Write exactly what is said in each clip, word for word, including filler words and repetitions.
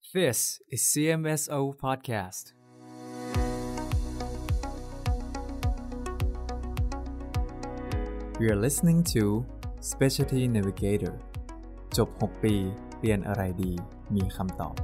This is C M S O Podcast. We are listening to Specialty Navigator จบหกปีเรียนอะไรดีมีคำตอบ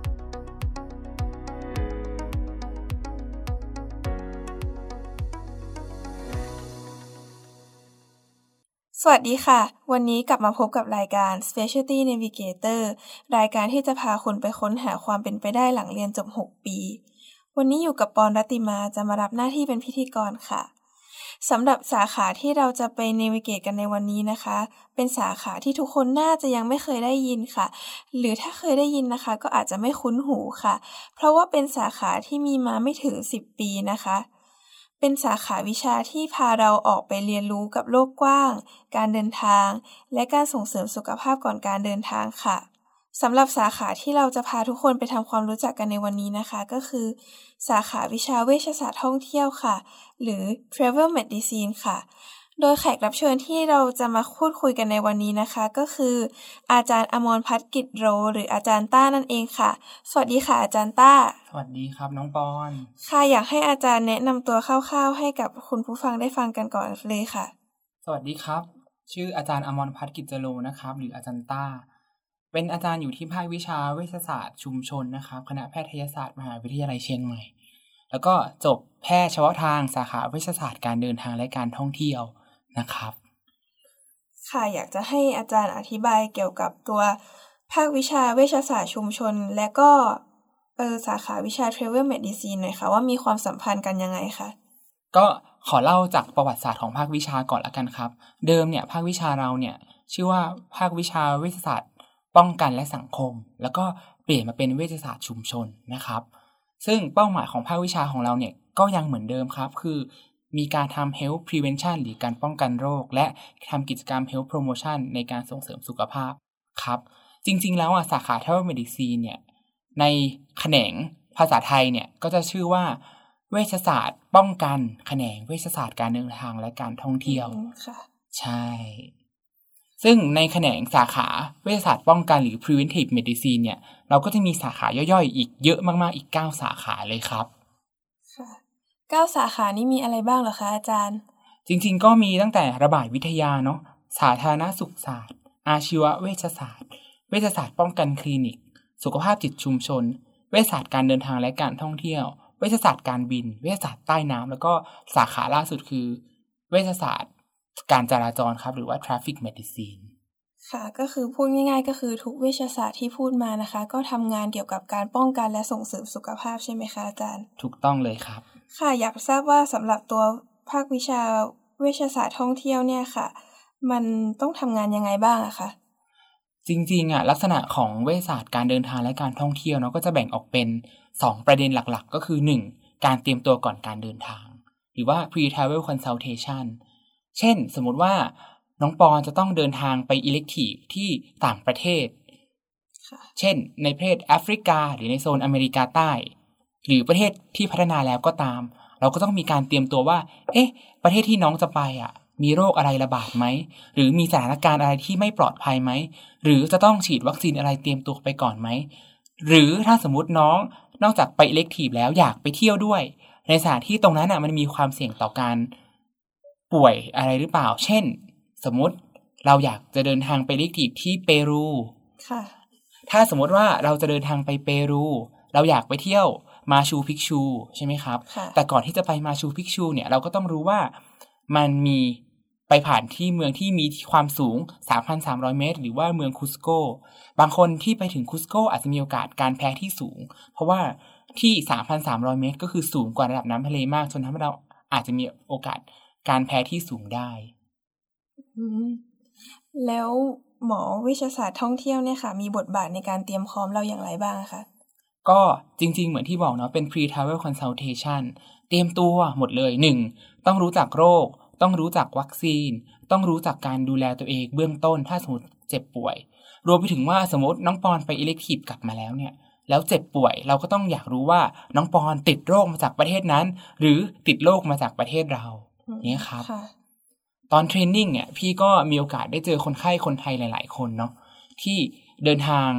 สวัสดีค่ะวันนี้กลับมาพบกับรายการ Specialty Navigator รายการที่จะพาคุณไปค้นหาความเป็นไปได้หลังเรียนจบหกปีวันนี้อยู่กับปอนรัตติมาจะมารับหน้าที่เป็นพิธีกรค่ะสำหรับสาขาที่เราจะไป navigate กันในวันนี้นะคะเป็นสาขาที่ทุกคนน่าจะยังไม่เคยได้ยินค่ะหรือถ้าเคยได้ยินนะคะก็อาจจะไม่คุ้นหูค่ะเพราะว่าเป็นสาขาที่มีมาไม่ถึงสิบปีนะคะเป็นสาขาวิชาที่พาเราออกไปเรียนรู้กับโลกกว้างการเดินทางและการส่งเสริมสุขภาพก่อนการเดินทางค่ะสำหรับสาขาที่เราจะพาทุกคนไปทำความรู้จักกันในวันนี้นะคะก็คือสาขาวิชาเวชศาสตร์ท่องเที่ยวค่ะหรือ Travel Medicine ค่ะโดยแขกรับเชิญที่เราจะมาพูดคุยกันในวันนี้นะคะก็คืออาจารย์อมรพัฒน์กิจโรหรืออาจารย์ต้านั่นเองค่ะสวัสดีค่ะอาจารย์ต้าสวัสดีครับน้องปอนค่ะอยากให้อาจารย์แนะนำตัวคร่าวๆให้กับคุณผู้ฟังได้ฟังกันก่อนเลยค่ะสวัสดีครับชื่ออาจารย์อมรพัฒน์กิจโรนะครับหรืออาจารย์ต้าเป็นอาจารย์อยู่ที่ภาควิชาเวชศาสตร์ชุมชนนะครับคณะแพทยศาสตร์มหาวิทยาลัยเชียงใหม่แล้วก็จบแพทย์เฉพาะทางสาขาเวชศาสตร์การเดินทางและการท่องเที่ยวนะครับค่ะอยากจะให้อาจารย์อธิบายเกี่ยวกับตัวภาควิชาเวชศาสตร์ชุมชนและก็เออสาขาวิชา Travel Medicine หน่อยค่ะว่ามีความสัมพันธ์กันยังไงคะก็ขอเล่าจากประวัติศาสตร์ของภาควิชาก่อนละกันครับเดิมเนี่ยภาควิชาเราเนี่ยชื่อว่าภาควิชาเวชศาสตร์ป้องกันและสังคมแล้วก็เปลี่ยนมาเป็นเวชศาสตร์ชุมชนนะครับซึ่งเป้าหมายของภาควิชาของเราเนี่ยก็ยังเหมือนเดิมครับคือมีการทำ health prevention หรือการป้องกันโรคและทำกิจกรรม health promotion ในการส่งเสริมสุขภาพครับจริงๆแล้วอ่ะสาขา Travel Medicine เนี่ยในแขนงภาษาไทยเนี่ยก็จะชื่อว่าเวชศาสตร์ป้องกันแขนงเวชศาสตร์การเดินทางและการท่องเที่ยวใช่ซึ่งในแขนงสาขาเวชศาสตร์ป้องกันหรือ preventive medicine เนี่ยเราก็จะมีสาขาย่อยๆอีกเยอะมากๆอีกเก้าสาขาเลยครับค่ะเก้าสาขานี้มีอะไรบ้างเหรอคะอาจารย์จริงๆก็มีตั้งแต่ระบาดวิทยาเนาะสาธารณสุขศาสตร์อาชีวเวชศาสตร์เวชศาสตร์ป้องกันคลินิกสุขภาพจิตชุมชนเวชศาสตร์การเดินทางและการท่องเที่ยวเวชศาสตร์การบินเวชศาสตร์ใต้น้ำแล้วก็สาขาล่าสุดคือเวชศาสตร์การจราจรครับหรือว่า traffic medicine ค่ะก็คือพูดง่ายๆก็คือทุกเวชศาสตร์ที่พูดมานะคะก็ทำงานเกี่ยวกับการป้องกันและส่งเสริมสุขภาพใช่ไหมคะอาจารย์ถูกต้องเลยครับค่ะอยากทราบว่าสำหรับตัวภาควิชาเวชศาสตร์ท่องเที่ยวเนี่ยค่ะมันต้องทำงานยังไงบ้างอะคะจริงๆอ่ะลักษณะของเวชศาสตร์การเดินทางและการท่องเที่ยวเนาะก็จะแบ่งออกเป็นสองประเด็นหลักๆก็คือหนึ่งการเตรียมตัวก่อนการเดินทางหรือว่า pre-travel consultation เช่นสมมุติว่าน้องปอนจะต้องเดินทางไป elective ที่ต่างประเทศเช่นในประเทศแอฟริกาหรือในโซนอเมริกาใต้หรือประเทศที่พัฒนาแล้วก็ตามเราก็ต้องมีการเตรียมตัวว่าเอ๊ะประเทศที่น้องจะไปอ่ะมีโรคอะไรระบาดไหมหรือมีสถานการณ์อะไรที่ไม่ปลอดภัยไหมหรือจะต้องฉีดวัคซีนอะไรเตรียมตัวไปก่อนไหมหรือถ้าสมมุติน้องนอกจากไป elective แล้วอยากไปเที่ยวด้วยในสถานที่ตรงนั้นอ่ะมันมีความเสี่ยงต่อการป่วยอะไรหรือเปล่าเช่นสมมุติเราอยากจะเดินทางไป elective ที่เปรูค่ะถ้าสมมติว่าเราจะเดินทางไปเปรูเราอยากไปเที่ยวมาชูพิกชูใช่ไหมครับแต่ก่อนที่จะไปมาชูพิกชูเนี่ยเราก็ต้องรู้ว่ามันมีไปผ่านที่เมืองที่มีความสูง สามพันสามร้อย เมตรหรือว่าเมืองคุสโกบางคนที่ไปถึงคุสโกอาจจะมีโอกาสการแพ้ที่สูงเพราะว่าที่ สามพันสามร้อย เมตรก็คือสูงกว่าระดับน้ำทะเลมากจนทำให้เราอาจจะมีโอกาสการแพ้ที่สูงได้แล้วหมอวิชาศาสตร์ท่องเที่ยวเนี่ยค่ะมีบทบาทในการเตรียมพร้อมเราอย่างไรบ้างคะก็จริงๆเหมือนที่บอกเนาะเป็น pre-travel consultation เตรียมตัวหมดเลยหนึ่งต้องรู้จักโรคต้องรู้จักวัคซีนต้องรู้จักการดูแลตัวเองเบื้องต้นถ้าสมมติเจ็บป่วยรวมไปถึงว่าสมมติน้องปอนไป elective กลับมาแล้วเนี่ยแล้วเจ็บป่วยเราก็ต้องอยากรู้ว่าน้องปอนติดโรคมาจากประเทศนั้นหรือติดโรคมาจากประเทศเราเนี่ยครับตอนเทรนนิ่งเนี่ยพี่ก็มีโอกาสได้เจอคนไข้คนไทยหลายๆคนเนาะที่เดินทางไป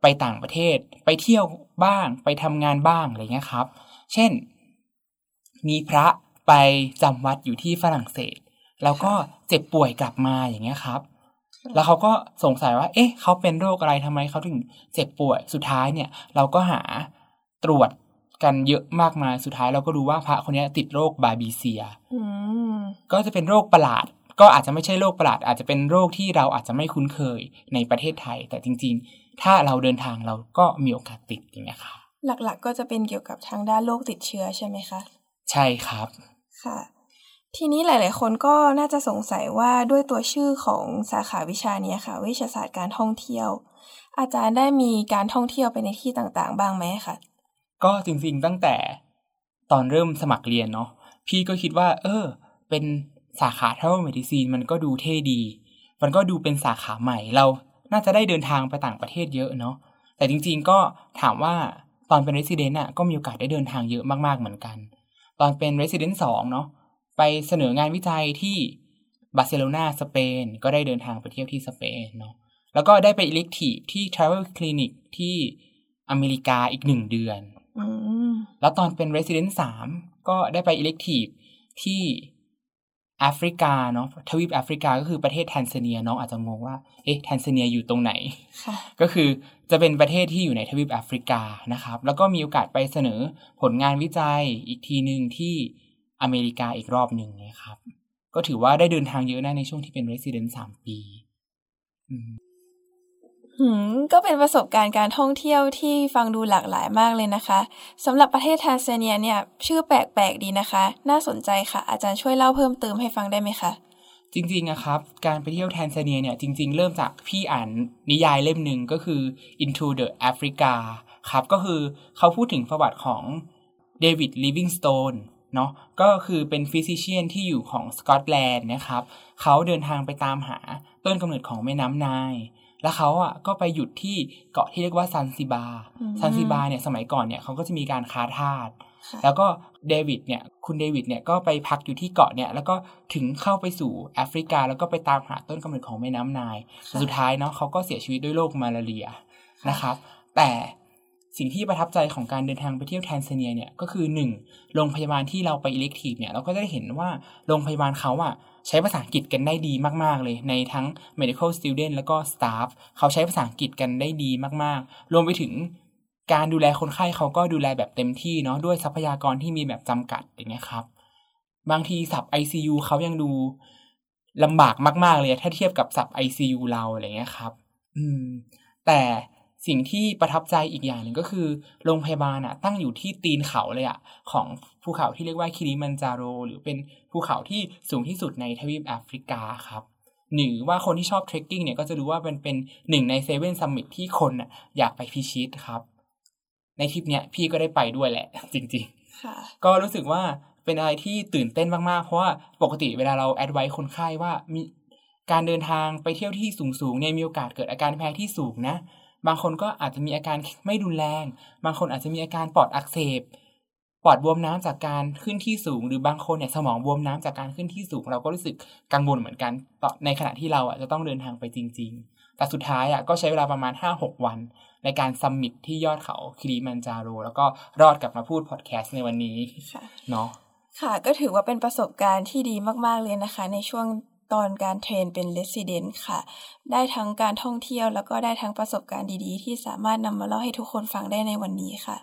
ไปต่างประเทศไปเที่ยวบ้างไปทำงานบ้างอะไรเงี้ยครับเช่นมีพระไปจำวัดอยู่ที่ฝรั่งเศสแล้วก็เจ็บป่วยกลับมาอย่างเงี้ยครับแล้วเขาก็สงสัยว่าเอ๊ะเขาเป็นโรคอะไรทำไมเขาถึงเจ็บป่วยสุดท้ายเนี่ยเราก็หาตรวจกันเยอะมากมายสุดท้ายเราก็รู้ว่าพระคนนี้ติดโรคบาร์บีเซียก็จะเป็นโรคประหลาดก็อาจจะไม่ใช่โรคประหลาดอาจจะเป็นโรคที่เราอาจจะไม่คุ้นเคยในประเทศไทยแต่จริงๆถ้าเราเดินทางเราก็มีโอกาสติดอย่างเงี้ยค่ะหลักๆก็จะเป็นเกี่ยวกับทางด้านโรคติดเชื้อใช่ไหมคะใช่ครับค่ะทีนี้หลายๆคนก็น่าจะสงสัยว่าด้วยตัวชื่อของสาขาวิชานี้ค่ะวิชาศาสตร์การท่องเที่ยวอาจารย์ได้มีการท่องเที่ยวไปในที่ต่างๆบ้างไหมคะก็จริงๆตั้งแต่ตอนเริ่มสมัครเรียนเนาะพี่ก็คิดว่าเออเป็นสาขา Travel Medicine มันก็ดูเท่ดีมันก็ดูเป็นสาขาใหม่เราน่าจะได้เดินทางไปต่างประเทศเยอะเนาะแต่จริงๆก็ถามว่าตอนเป็น Resident อ่ะก็มีโอกาสได้เดินทางเยอะมากๆเหมือนกันตอนเป็น Resident สองเนาะไปเสนองานวิจัยที่บาร์เซโลนาสเปนก็ได้เดินทางไปเที่ยวที่สเปนเนาะแล้วก็ได้ไป elective ที่ Travel Clinic ที่อเมริกาอีกหนึ่งเดือนแล้วตอนเป็น Resident สามก็ได้ไป elective ที่แอฟริกาเนาะทวีปแอฟริกาก็คือประเทศแทนซาเนียน้องอาจจะงงว่าเอ๊ะแทนซาเนียอยู่ตรงไหนก็คือจะเป็นประเทศที่อยู่ในทวีปแอฟริกานะครับแล้วก็มีโอกาสไปเสนอผลงานวิจัยอีกทีนึงที่อเมริกาอีกรอบหนึ่งนะครับก็ถือว่าได้เดินทางเยอะนะในช่วงที่เป็น Resident สามปีอืมหืมก็เป็นประสบการณ์การท่องเที่ยวที่ฟังดูหลากหลายมากเลยนะคะสำหรับประเทศแทนซาเนียเนี่ยชื่อแปลกๆดีนะคะน่าสนใจค่ะอาจารย์ช่วยเล่าเพิ่มเติมให้ฟังได้ไหมคะจริงๆนะครับการไปเที่ยวแทนซาเนียเนี่ยจริงๆเริ่มจากพี่อ่านนิยายเล่มหนึ่งก็คือ Into the Africa ครับก็คือเขาพูดถึงประวัติของเดวิดลิฟวิงสโตนเนาะก็คือเป็นฟิสิเชียนที่อยู่ของสกอตแลนด์นะครับเขาเดินทางไปตามหาต้นกำเนิดของแม่น้ำไนล์แล้วเขาอ่ะก็ไปหยุดที่เกาะที่เรียกว่าซันซิบาซันซิบาเนี่ยสมัยก่อนเนี่ยเขาก็จะมีการค้าทาสแล้วก็เดวิดเนี่ยคุณเดวิดเนี่ยก็ไปพักอยู่ที่เกาะเนี่ยแล้วก็ถึงเข้าไปสู่แอฟริกาแล้วก็ไปตามหาต้นกำเนิดของแม่น้ำไนล์สุดท้ายเนาะเขาก็เสียชีวิตด้วยโรคมาลาเรียนะครับแต่สิ่งที่ประทับใจของการเดินทางไปเที่ยวแทนซาเนียเนี่ยก็คือหนึ่งโรงพยาบาลที่เราไป elective เนี่ยเราก็ได้เห็นว่าโรงพยาบาลเขาอ่ะใช้ภาษาอังกฤษกันได้ดีมากๆเลยในทั้ง medical student แล้วก็ staff เขาใช้ภาษาอังกฤษกันได้ดีมากๆรวมไปถึงการดูแลคนไข้เขาก็ดูแลแบบเต็มที่เนาะด้วยทรัพยากรที่มีแบบจำกัดอย่างเงี้ยครับบางทีศัพท์ ไอ ซี ยู เขายังดูลำบากมากๆเลยถ้าเทียบกับศัพท์ ไอ ซี ยู เราอะไรเงี้ยครับอืมแต่สิ่งที่ประทับใจอีกอย่างหนึ่งก็คือโรงพยาบาลอ่ะตั้งอยู่ที่ตีนเขาเลยอ่ะของภูเขาที่เรียกว่าคิลิมันจาโรหรือเป็นภูเขาที่สูงที่สุดในทวีปแอฟริกาครับหรือว่าคนที่ชอบเทรคกิ้งเนี่ยก็จะรู้ว่าเป็นเป็นหนึ่งในเซเว่นซัมมิตที่คนอ่ะอยากไปพิชิตครับในทริปเนี้ยพี่ก็ได้ไปด้วยแหละจริงๆค่ะก็รู้สึกว่าเป็นอะไรที่ตื่นเต้นมากๆเพราะว่าปกติเวลาเราแอดไวซ์คนไข้ว่ามีการเดินทางไปเที่ยวที่สูงๆเนี่ยมีโอกาสเกิดอาการแพ้ที่สูงนะบางคนก็อาจจะมีอาการไม่รุนแรงบางคนอาจจะมีอาการปอดอักเสบปอดบวมน้ำจากการขึ้นที่สูงหรือบางคนเนี่ยสมองบวมน้ำจากการขึ้นที่สูงเราก็รู้สึกกังวลเหมือนกันต่อในขณะที่เราอ่ะจะต้องเดินทางไปจริงๆแต่สุดท้ายอ่ะก็ใช้เวลาประมาณ ห้าหก วันในการซัมมิตที่ยอดเขาคิลิมันจาโรแล้วก็รอดกลับมาพูดพอดแคสต์ในวันนี้เนาะค่ะก็ถือว่าเป็นประสบการณ์ที่ดีมากๆเลยนะคะในช่วงตอนการเทรนเป็น Resident ค่ะได้ทั้งการท่องเที่ยวแล้วก็ได้ทั้งประสบการณ์ดีๆที่สามารถนำมาเล่าให้ทุกคนฟังได้ในวันนี้ค่ะ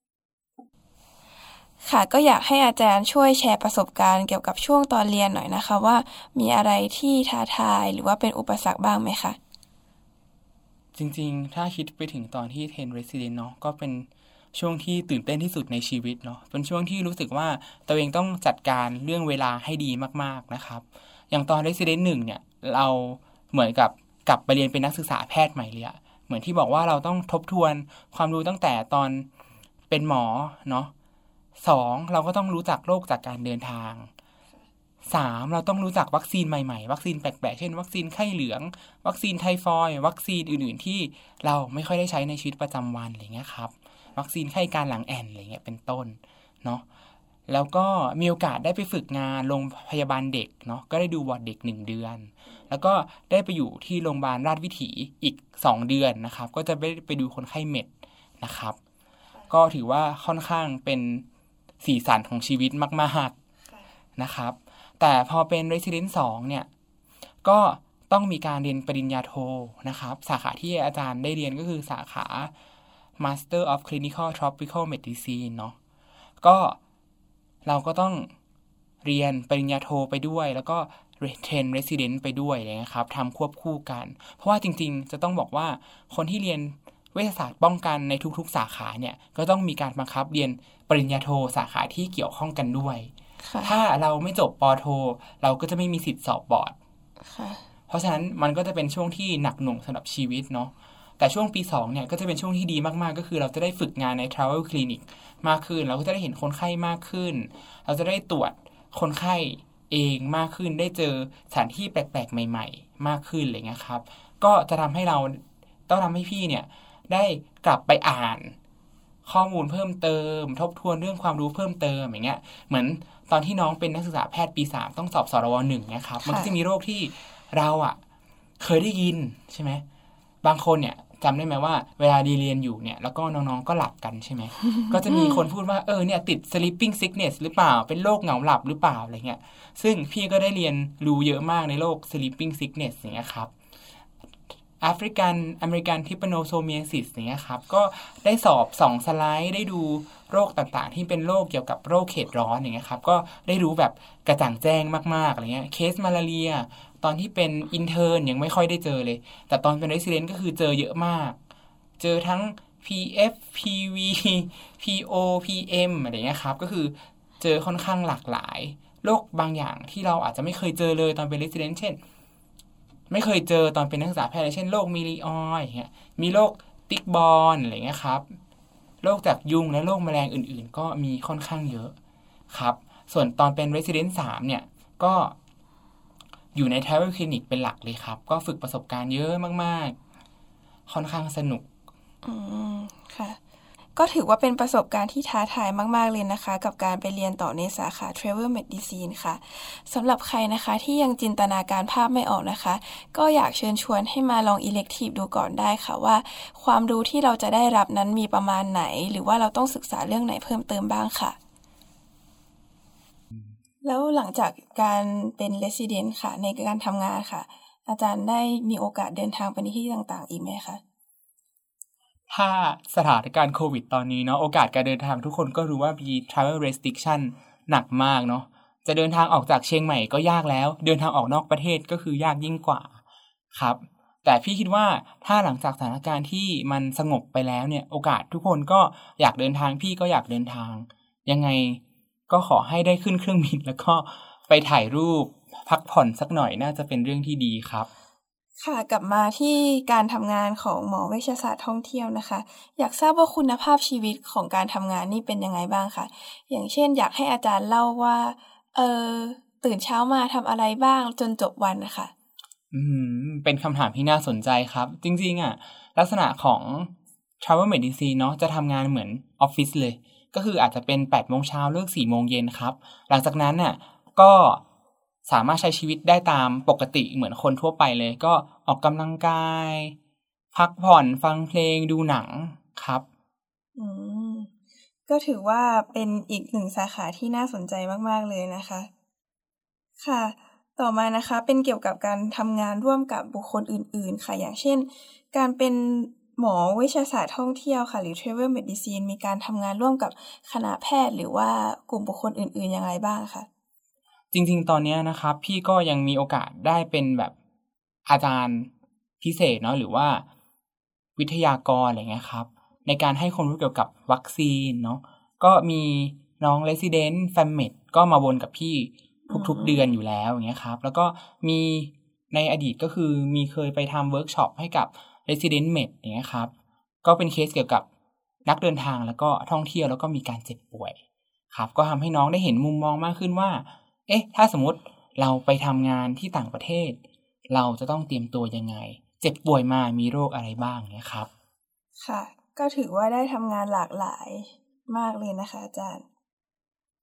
ค่ะก็อยากให้อาจารย์ช่วยแชร์ประสบการณ์เกี่ยวกับช่วงตอนเรียนหน่อยนะคะว่ามีอะไรที่ท้าทายหรือว่าเป็นอุปสรรคบ้างไหมคะจริงๆถ้าคิดไปถึงตอนที่เทรน Resident เนาะก็เป็นช่วงที่ตื่นเต้นที่สุดในชีวิตเนาะเป็นช่วงที่รู้สึกว่าตัวเองต้องจัดการเรื่องเวลาให้ดีมากๆนะครับอย่างตอน Resident หนึ่งเนี่ยเราเหมือนกับกลับไปเรียนเป็นนักศึกษาแพทย์ใหม่เลยอะเหมือนที่บอกว่าเราต้องทบทวนความรู้ตั้งแต่ตอนเป็นหมอเนาะสองเราก็ต้องรู้จักโรคจากการเดินทางสามเราต้องรู้จักวัคซีนใหม่ๆวัคซีนแปลกๆเช่นวัคซีนไข้เหลืองวัคซีนไทฟอยด์วัคซีนอื่นๆที่เราไม่ค่อยได้ใช้ในชีวิตประจำวันอะไรเงี้ยครับวัคซีนไข้การหลังแอนอะไรเงี้ยเป็นต้นเนาะแล้วก็มีโอกาสได้ไปฝึกงานโรงพยาบาลเด็กเนาะก็ได้ดูวอร์ดเด็กหนึ่งเดือนแล้วก็ได้ไปอยู่ที่โรงพยาบาลราชวิถีอีกสองเดือนนะครับก็จะไปไปดูคนไข้เม็ดนะครับก็ถือว่าค่อนข้างเป็นสีสันของชีวิตมากๆนะครับแต่พอเป็น Resident สองเนี่ยก็ต้องมีการเรียนปริญญาโทนะครับสาขาที่อาจารย์ได้เรียนก็คือสาขา Master of Clinical Tropical Medicine เนาะก็เราก็ต้องเรียนปริญญาโทไปด้วยแล้วก็เทรน Resident ไปด้วยนะครับทำควบคู่กันเพราะว่าจริงๆจะต้องบอกว่าคนที่เรียนเวชศาสตร์ป้องกันในทุกๆสาขาเนี่ยก็ต้องมีการบังคับเรียนปริญญาโทสาขาที่เกี่ยวข้องกันด้วยถ้าเราไม่จบป.โทเราก็จะไม่มีสิทธิ์สอบบอร์ดเพราะฉะนั้นมันก็จะเป็นช่วงที่หนักหน่วงสำหรับชีวิตเนาะแต่ช่วงปีสองเนี่ยก็จะเป็นช่วงที่ดีมากๆก็คือเราจะได้ฝึกงานใน Travel Clinic มากขึ้นเราก็จะได้เห็นคนไข้มากขึ้นเราจะได้ตรวจคนไข้เองมากขึ้นได้เจอสถานที่แปลกๆใหม่ๆมากขึ้นอะไรเงี้ยครับก็จะทำให้เราต้องทำให้พี่เนี่ยได้กลับไปอ่านข้อมูลเพิ่มเติมทบทวนเรื่องความรู้เพิ่มเติมอย่างเงี้ยเหมือนตอนที่น้องเป็นนักศึกษาแพทย์ปีสามต้องสอบสรวหนึ่งเนี่ยครับมันก็จะมีโรคที่เราอ่ะเคยได้ยินใช่ไหมบางคนเนี่ยจำได้ไหมว่าเวลาดีเรียนอยู่เนี่ยแล้วก็น้องๆก็หลับกันใช่ไหม ก็จะมีคนพูดว่าเออเนี่ยติด sleeping sickness หรือเปล่าเป็นโรคเหงาหลับหรือเปล่าอะไรเงี้ยซึ่งพี่ก็ได้เรียนรู้เยอะมากในโรค sleeping sickness อย่างเงี้ยครับ African American Trypanosomiasis อย่างเงี้ยครับก็ได้สอบสองสไลด์ได้ดูโรคต่างๆที่เป็นโรคเกี่ยวกับโรคเขตร้อนอย่างเงี้ยครับก็ได้รู้แบบกระจ่างแจ้งมากๆอะไรเงี้ยเคสมาลาเรียตอนที่เป็นอินเทอร์นยังไม่ค่อยได้เจอเลยแต่ตอนเป็น Resident ก็คือเจอเยอะมากเจอทั้ง พี เอฟ พี วี พี โอ พี เอ็ม อะไรเงี้ยครับก็คือเจอค่อนข้างหลากหลายโรคบางอย่างที่เราอาจจะไม่เคยเจอเลยตอนเป็น Resident เช่นไม่เคยเจอตอนเป็นนักศึกษาแพทย์เช่นโรคมิลลิออยอย่างเงี้ยมีโรคติกบอร์นอะไรเงี้ยครับโรคจากยุงและโรคแมลงอื่นๆก็มีค่อนข้างเยอะครับส่วนตอนเป็น Resident สามเนี่ยก็อยู่ใน Travel Clinic เป็นหลักเลยครับก็ฝึกประสบการณ์เยอะมากๆค่อนข้างสนุกอืมค่ะก็ถือว่าเป็นประสบการณ์ที่ท้าทายมากๆเลยนะคะกับการไปเรียนต่อในสาขา Travel Medicine ค่ะสำหรับใครนะคะที่ยังจินตนาการภาพไม่ออกนะคะก็อยากเชิญชวนให้มาลอง elective ดูก่อนได้ค่ะว่าความรู้ที่เราจะได้รับนั้นมีประมาณไหนหรือว่าเราต้องศึกษาเรื่องไหนเพิ่มเติมบ้างค่ะแล้วหลังจากการเป็น Resident ค่ะในการทำงานค่ะอาจารย์ได้มีโอกาสเดินทางไปในที่ต่างๆอีกไหมคะถ้าสถานการณ์โควิดตอนนี้เนาะโอกาสการเดินทางทุกคนก็รู้ว่ามี travel restriction หนักมากเนาะจะเดินทางออกจากเชียงใหม่ก็ยากแล้วเดินทางออกนอกประเทศก็คือยากยิ่งกว่าครับแต่พี่คิดว่าถ้าหลังจากสถานการณ์ที่มันสงบไปแล้วเนี่ยโอกาสทุกคนก็อยากเดินทางพี่ก็อยากเดินทางยังไงก็ขอให้ได้ขึ้นเครื่องบินแล้วก็ไปถ่ายรูปพักผ่อนสักหน่อยน่าจะเป็นเรื่องที่ดีครับค่ะกลับมาที่การทำงานของหมอเวชศาสตร์ท่องเที่ยวนะคะอยากทราบว่าคุณภาพชีวิตของการทำงานนี่เป็นยังไงบ้างคะอย่างเช่นอยากให้อาจารย์เล่าว่าเออตื่นเช้ามาทำอะไรบ้างจนจบวันนะคะอืมเป็นคำถามที่น่าสนใจครับจริงๆอ่ะลักษณะของ Travel Medicine เนาะจะทำงานเหมือนออฟฟิศเลยก็คืออาจจะเป็น แปดโมงเช้าเลิก สี่โมงเย็นครับหลังจากนั้นน่ะก็สามารถใช้ชีวิตได้ตามปกติเหมือนคนทั่วไปเลยก็ออกกำลังกายพักผ่อนฟังเพลงดูหนังครับอืมก็ถือว่าเป็นอีกหนึ่งสาขาที่น่าสนใจมากๆเลยนะคะค่ะต่อมานะคะเป็นเกี่ยวกับการทำงานร่วมกับบุคคลอื่นๆค่ะอย่างเช่นการเป็นหมอเวชศาสตร์ท่องเที่ยวค่ะหรือ Travel Medicine มีการทำงานร่วมกับคณะแพทย์หรือว่ากลุ่มบุคคลอื่นๆอย่างไรบ้างคะจริงๆตอนนี้นะครับพี่ก็ยังมีโอกาสได้เป็นแบบอาจารย์พิเศษเนาะหรือว่าวิทยากรอะไรเงี้ยครับในการให้ความรู้เกี่ยวกับวัคซีนเนาะก็มีน้อง Resident แฟม Med ก็มาวนกับพี่ทุกๆเดือนอยู่แล้วอย่างเงี้ยครับแล้วก็มีในอดีตก็คือมีเคยไปทำเวิร์กช็อปให้กับ Resident Med อย่างเงี้ยครับก็เป็นเคสเกี่ยวกับนักเดินทางแล้วก็ท่องเที่ยวแล้วก็มีการเจ็บป่วยครับก็ทำให้น้องได้เห็นมุมมองมากขึ้นว่าเอ๊ะถ้าสมมติเราไปทำงานที่ต่างประเทศเราจะต้องเตรียมตัวยังไงเจ็บป่วยมามีโรคอะไรบ้างเนี่ยครับค่ะก็ถือว่าได้ทำงานหลากหลายมากเลยนะคะอาจารย์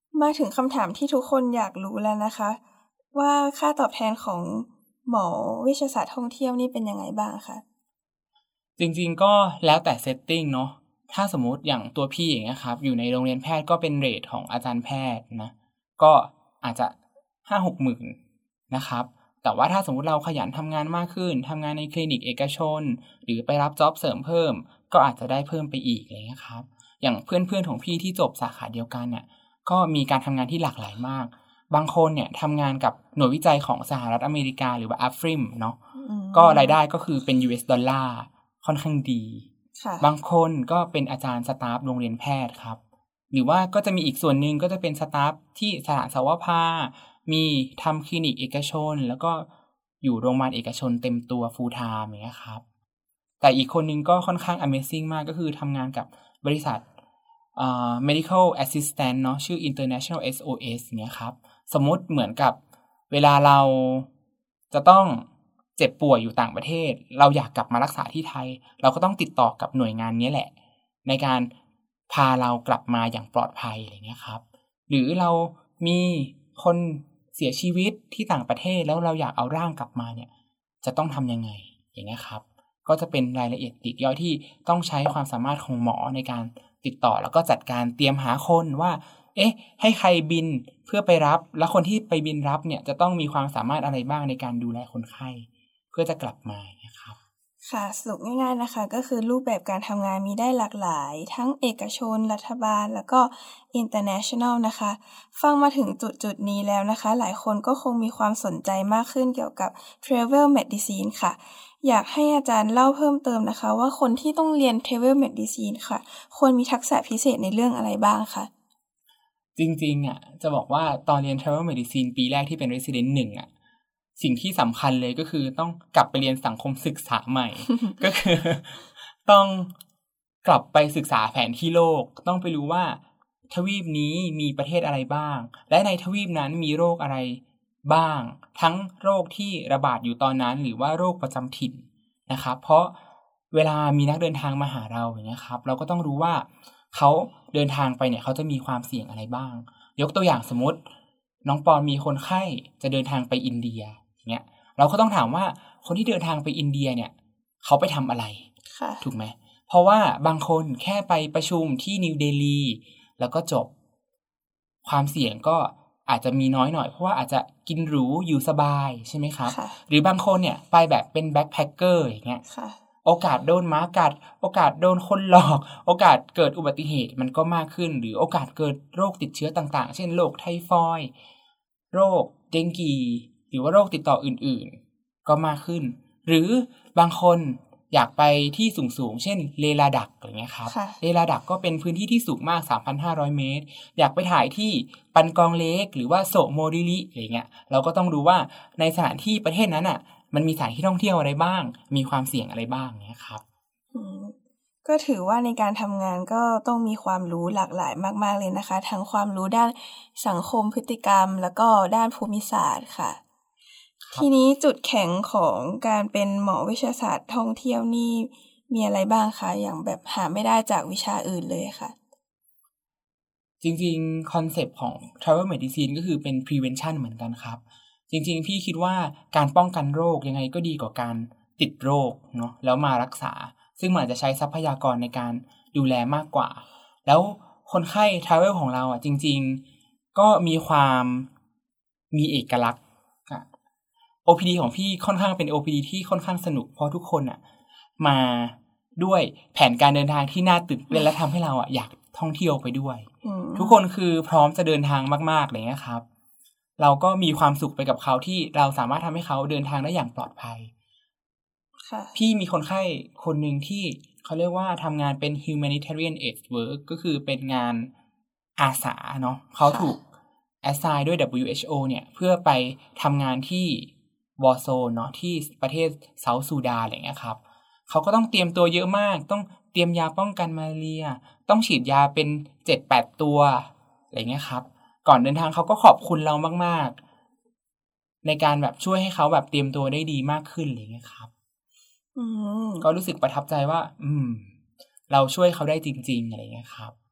มาถึงคำถามที่ทุกคนอยากรู้แล้วนะคะว่าค่าตอบแทนของหมอวิชาศาสตร์ท่องเที่ยวนี่เป็นยังไงบ้างคะจริงๆก็แล้วแต่เซตติ้งเนาะถ้าสมมุติอย่างตัวพี่อย่างเงี้ยครับอยู่ในโรงเรียนแพทย์ก็เป็นเรทของอาจารย์แพทย์นะก็อาจจะ ห้าหกหมื่น นะครับแต่ว่าถ้าสมมุติเราขยันทำงานมากขึ้นทำงานในคลินิกเอกชนหรือไปรับจ็อบเสริมเพิ่มก็อาจจะได้เพิ่มไปอีกอะไรเงี้ยครับอย่างเพื่อนๆของพี่ที่จบสาขาเดียวกันเนี่ยก็มีการทำงานที่หลากหลายมากบางคนเนี่ยทำงานกับหน่วยวิจัยของสหรัฐอเมริกาหรือว่า เอ เอฟ ไอ เอ็ม เนาะก็รายได้ก็คือเป็น ยู เอส ดอลลาร์ค่อนข้างดีบางคนก็เป็นอาจารย์สตาฟโรงเรียนแพทย์ครับหรือว่าก็จะมีอีกส่วนหนึ่งก็จะเป็นสตาฟที่สถานสาวภามีทำคลินิกเอกชนแล้วก็อยู่โรงพยาบาลเอกชนเต็มตัว full time อย่างเงี้ยครับแต่อีกคนนึงก็ค่อนข้าง amazing มากก็คือทำงานกับบริษัทเอ่อ medical assistant เนาะชื่อ International เอส โอ เอส เงี้ยครับสมมุติเหมือนกับเวลาเราจะต้องเจ็บป่วยอยู่ต่างประเทศเราอยากกลับมารักษาที่ไทยเราก็ต้องติดต่อกับหน่วยงานนี้แหละในการพาเรากลับมาอย่างปลอดภัยอะไรเงี้ยครับหรือเรามีคนเสียชีวิตที่ต่างประเทศแล้วเราอยากเอาร่างกลับมาเนี่ยจะต้องทำยังไงอย่างเงี้ยครับก็จะเป็นรายละเอียดปลีกย่อยที่ต้องใช้ความสามารถของหมอในการติดต่อแล้วก็จัดการเตรียมหาคนว่าเอ๊ะให้ใครบินเพื่อไปรับแล้วคนที่ไปบินรับเนี่ยจะต้องมีความสามารถอะไรบ้างในการดูแลคนไข้เพื่อจะกลับมานะครับค่ะสรุปง่ายๆนะคะก็คือรูปแบบการทำงานมีได้หลากหลายทั้งเอกชนรัฐบาลแล้วก็ international นะคะฟังมาถึงจุดๆนี้แล้วนะคะหลายคนก็คงมีความสนใจมากขึ้นเกี่ยวกับ travel medicine ค่ะอยากให้อาจารย์เล่าเพิ่มเติมนะคะว่าคนที่ต้องเรียน travel medicine ค่ะควรมีทักษะพิเศษในเรื่องอะไรบ้างคะจริงๆอ่ะจะบอกว่าตอนเรียน travel medicine ปีแรกที่เป็น resident หนึ่งอ่ะสิ่งที่สำคัญเลยก็คือต้องกลับไปเรียนสังคมศึกษาใหม่ ก็คือต้องกลับไปศึกษาแผนที่โลกต้องไปรู้ว่าทวีปนี้มีประเทศอะไรบ้างและในทวีปนั้นมีโรคอะไรบ้างทั้งโรคที่ระบาดอยู่ตอนนั้นหรือว่าโรคประจำถิ่นนะครับเพราะเวลามีนักเดินทางมาหาเราอย่างเงี้ยครับเราก็ต้องรู้ว่าเขาเดินทางไปเนี่ยเขาจะมีความเสี่ยงอะไรบ้างยกตัวอย่างสมมติน้องปอนมีคนไข้จะเดินทางไปอินเดียเงี้ยเราก็ต้องถามว่าคนที่เดินทางไปอินเดียเนี่ยเขาไปทำอะไรถูกไหมเพราะว่าบางคนแค่ไปประชุมที่นิวเดลีแล้วก็จบความเสี่ยงก็อาจจะมีน้อยหน่อยเพราะว่าอาจจะกินหรูอยู่สบายใช่ไหมครับหรือบางคนเนี่ยไปแบบเป็นแบ็คแพคเกอร์อย่างเงี้ยโอกาสโดนหมากัดโอกาสโดนคนหลอกโอกาสเกิดอุบัติเหตุมันก็มากขึ้นหรือโอกาสเกิดโรคติดเชื้อต่างๆเช่นโรคไทฟอยด์โรคเดงกีหรือว่าโรคติดต่ออื่นๆก็มากขึ้นหรือบางคนอยากไปที่สูงๆเช่นเลลาดักอย่างเงี้ยครับเลลาดักก็เป็นพื้นที่ที่สูงมาก สามพันห้าร้อย เมตรอยากไปถ่ายที่ปันกองเลกหรือว่าโซโมริริอะไรเงี้ยเราก็ต้องดูว่าในสถานที่ประเทศนั้นอ่ะมันมีสถานที่ท่องเที่ยวอะไรบ้างมีความเสี่ยงอะไรบ้างเงี้ยครับก็ถือว่าในการทำงานก็ต้องมีความรู้หลากหลายมากๆเลยนะคะทั้งความรู้ด้านสังคมพฤติกรรมแล้วก็ด้านภูมิศาสตร์ค่ะทีนี้จุดแข็งของการเป็นหมอวิชาศาสตร์ท่องเที่ยวนี่มีอะไรบ้างคะอย่างแบบหาไม่ได้จากวิชาอื่นเลยค่ะจริงๆคอนเซปต์ของ travel medicine ก็คือเป็น prevention เหมือนกันครับจริงๆพี่คิดว่าการป้องกันโรคยังไงก็ดีกว่าการติดโรคเนาะแล้วมารักษาซึ่งมันอาจจะใช้ทรัพยากรในการดูแลมากกว่าแล้วคนไข้ travel ของเราอ่ะจริงๆก็มีความมีเอกลักษณ์ โอ พี ดี ของพี่ค่อนข้างเป็น โอ พี ดี ที่ค่อนข้างสนุกเพราะทุกคนอ่ะมาด้วยแผนการเดินทางที่น่าตื่นเต้นและทำให้เราอ่ะอยากท่องเที่ยวไปด้วยทุกคนคือพร้อมจะเดินทางมากๆเลยนะครับเราก็มีความสุขไปกับเขาที่เราสามารถทำให้เขาเดินทางได้อย่างปลอดภัยพี่มีคนไข้คนหนึ่งที่เขาเรียกว่าทำงานเป็น humanitarian aid work ก็คือเป็นงานอาสาเนาะเขาถูก assign ด้วย ดับเบิลยู เอช โอ เนี่ยเพื่อไปทำงานที่วอร์โซนเนาะที่ประเทศเซาท์ซูดานอะไรเงี้ยครับเขาก็ต้องเตรียมตัวเยอะมากต้องเตรียมยาป้องกันมาลาเรียต้องฉีดยาเป็น เจ็ดแปด ตัวอะไรเงี้ยครับก่อนเดินทางเขาก็ขอบคุณเรามากๆในการแบบช่วยให้เขาแบบเตรียมตัวได้ดีมากขึ้นอะไรเงี้ยครับก็รู้สึกประทับใจว่าอืมเราช่วยเขาได้จริงๆอะไรเงี้ยครับ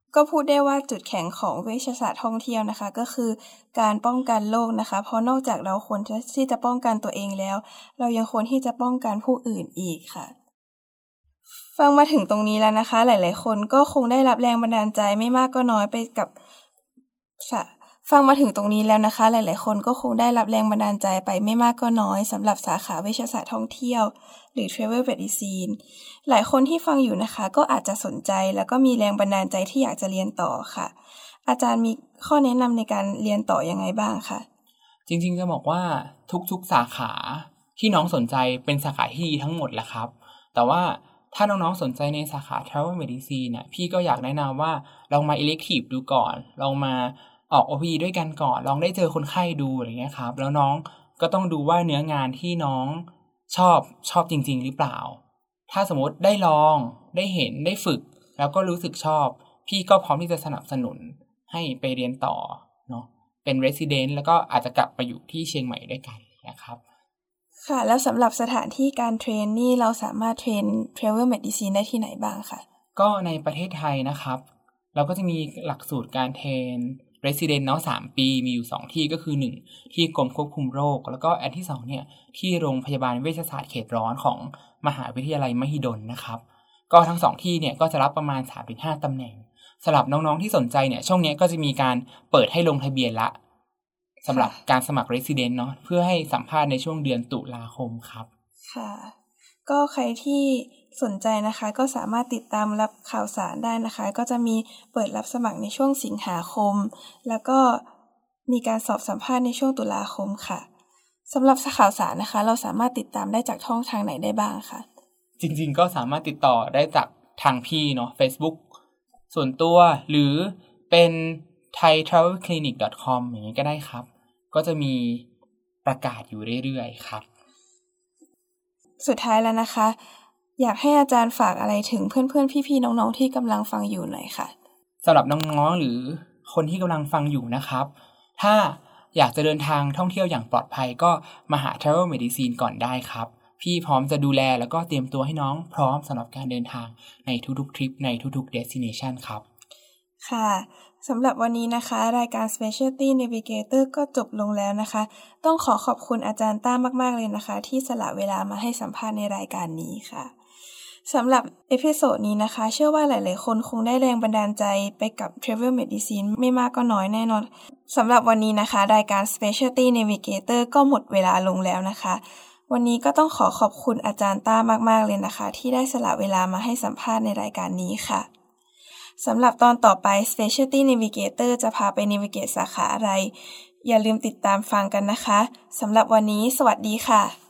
ก็พูดได้ว่าจุดแข็งของเวชศาสตร์ท่องเที่ยวนะคะก็คือการป้องกันโรคนะคะเพราะนอกจากเราควรที่จะป้องกันตัวเองแล้วเรายังควรที่จะป้องกันผู้อื่นอีกค่ะฟังมาถึงตรงนี้แล้วนะคะหลายๆคนก็คงได้รับแรงบันดาลใจไม่มากก็น้อยไปกับฟังมาถึงตรงนี้แล้วนะคะหลายๆคนก็คงได้รับแรงบันดาลใจไปไม่มากก็น้อยสำหรับสาขาเวชศาสตร์ท่องเที่ยวหรือ Travel Medicine หลายคนที่ฟังอยู่นะคะก็อาจจะสนใจแล้วก็มีแรงบันดาลใจที่อยากจะเรียนต่อค่ะอาจารย์มีข้อแนะนำในการเรียนต่อยังไงบ้างคะจริงๆจะบอกว่าทุกๆสาขาที่น้องสนใจเป็นสาขาที่ดีทั้งหมดแหละครับแต่ว่าถ้าน้องๆสนใจในสาขา Travel Medicine น่ะพี่ก็อยากแนะนำว่าลองมา elective ดูก่อนลองมาออก โอ พี ด้วยกันก่อนลองได้เจอคนไข้ดูอะไรเงี้ยครับแล้วน้องก็ต้องดูว่าเนื้องานที่น้องชอบชอบจริงๆหรือเปล่าถ้าสมมติได้ลองได้เห็นได้ฝึกแล้วก็รู้สึกชอบพี่ก็พร้อมที่จะสนับสนุนให้ไปเรียนต่อเนาะเป็น resident แล้วก็อาจจะกลับไปอยู่ที่เชียงใหม่ด้วยกันนะครับค่ะแล้วสำหรับสถานที่การเทรนนี่เราสามารถเทรน Travel Medicine ได้ที่ไหนบ้างคะก็ในประเทศไทยนะครับเราก็จะมีหลักสูตรการเทรนResident เนาะสามปีมีอยู่สองที่ก็คือหนึ่งที่กรมควบคุมโรคแล้วก็อันที่สองเนี่ยที่โรงพยาบาลเวชศาสตร์เขตร้อนของมหาวิทยาลัยมหิดลนะครับก็ทั้งสองที่เนี่ยก็จะรับประมาณ สามถึงห้า ตำแหน่งสำหรับน้องๆที่สนใจเนี่ยช่วงนี้ก็จะมีการเปิดให้ลงทะเบียนละสำหรับการสมัคร Resident เนาะเพื่อให้สัมภาษณ์ในช่วงเดือนตุลาคมครับค่ะก็ใครที่สนใจนะคะก็สามารถติดตามรับข่าวสารได้นะคะก็จะมีเปิดรับสมัครในช่วงสิงหาคมแล้วก็มีการสอบสัมภาษณ์ในช่วงตุลาคมค่ะสำหรับข่าวสารนะคะเราสามารถติดตามได้จากช่องทางไหนได้บ้างคะจริงๆก็สามารถติดต่อได้จากทางพี่เนาะ Facebook ส่วนตัวหรือเป็น ไทย ทราเวล คลินิก ดอท คอม อย่างนี้ก็ได้ครับก็จะมีประกาศอยู่เรื่อยๆครับสุดท้ายแล้วนะคะอยากให้อาจารย์ฝากอะไรถึงเพื่อนๆพี่ๆน้องๆที่กำลังฟังอยู่หน่อยค่ะสำหรับน้องๆหรือคนที่กำลังฟังอยู่นะครับถ้าอยากจะเดินทางท่องเที่ยวอย่างปลอดภัยก็มาหา Travel Medicine ก่อนได้ครับพี่พร้อมจะดูแลแล้วก็เตรียมตัวให้น้องพร้อมสำหรับการเดินทางในทุกๆทริปในทุกๆ destination ครับค่ะสำหรับวันนี้นะคะรายการ Specialty Navigator ก็จบลงแล้วนะคะต้องขอขอบคุณอาจารย์ต้ามากๆเลยนะคะที่สละเวลามาให้สัมภาษณ์ในรายการนี้ค่ะสำหรับเอพิโซดนี้นะคะเชื่อว่าหลายๆคนคงได้แรงบันดาลใจไปกับ Travel Medicine ไม่มากก็น้อยแน่นอนสำหรับวันนี้นะคะรายการ Specialty Navigator ก็หมดเวลาลงแล้วนะคะวันนี้ก็ต้องขอขอบคุณอาจารย์ต้ามากๆเลยนะคะที่ได้สละเวลามาให้สัมภาษณ์ในรายการนี้ค่ะสำหรับตอนต่อไป Specialty Navigator จะพาไป navigate สาขาอะไรอย่าลืมติดตามฟังกันนะคะสำหรับวันนี้สวัสดีค่ะ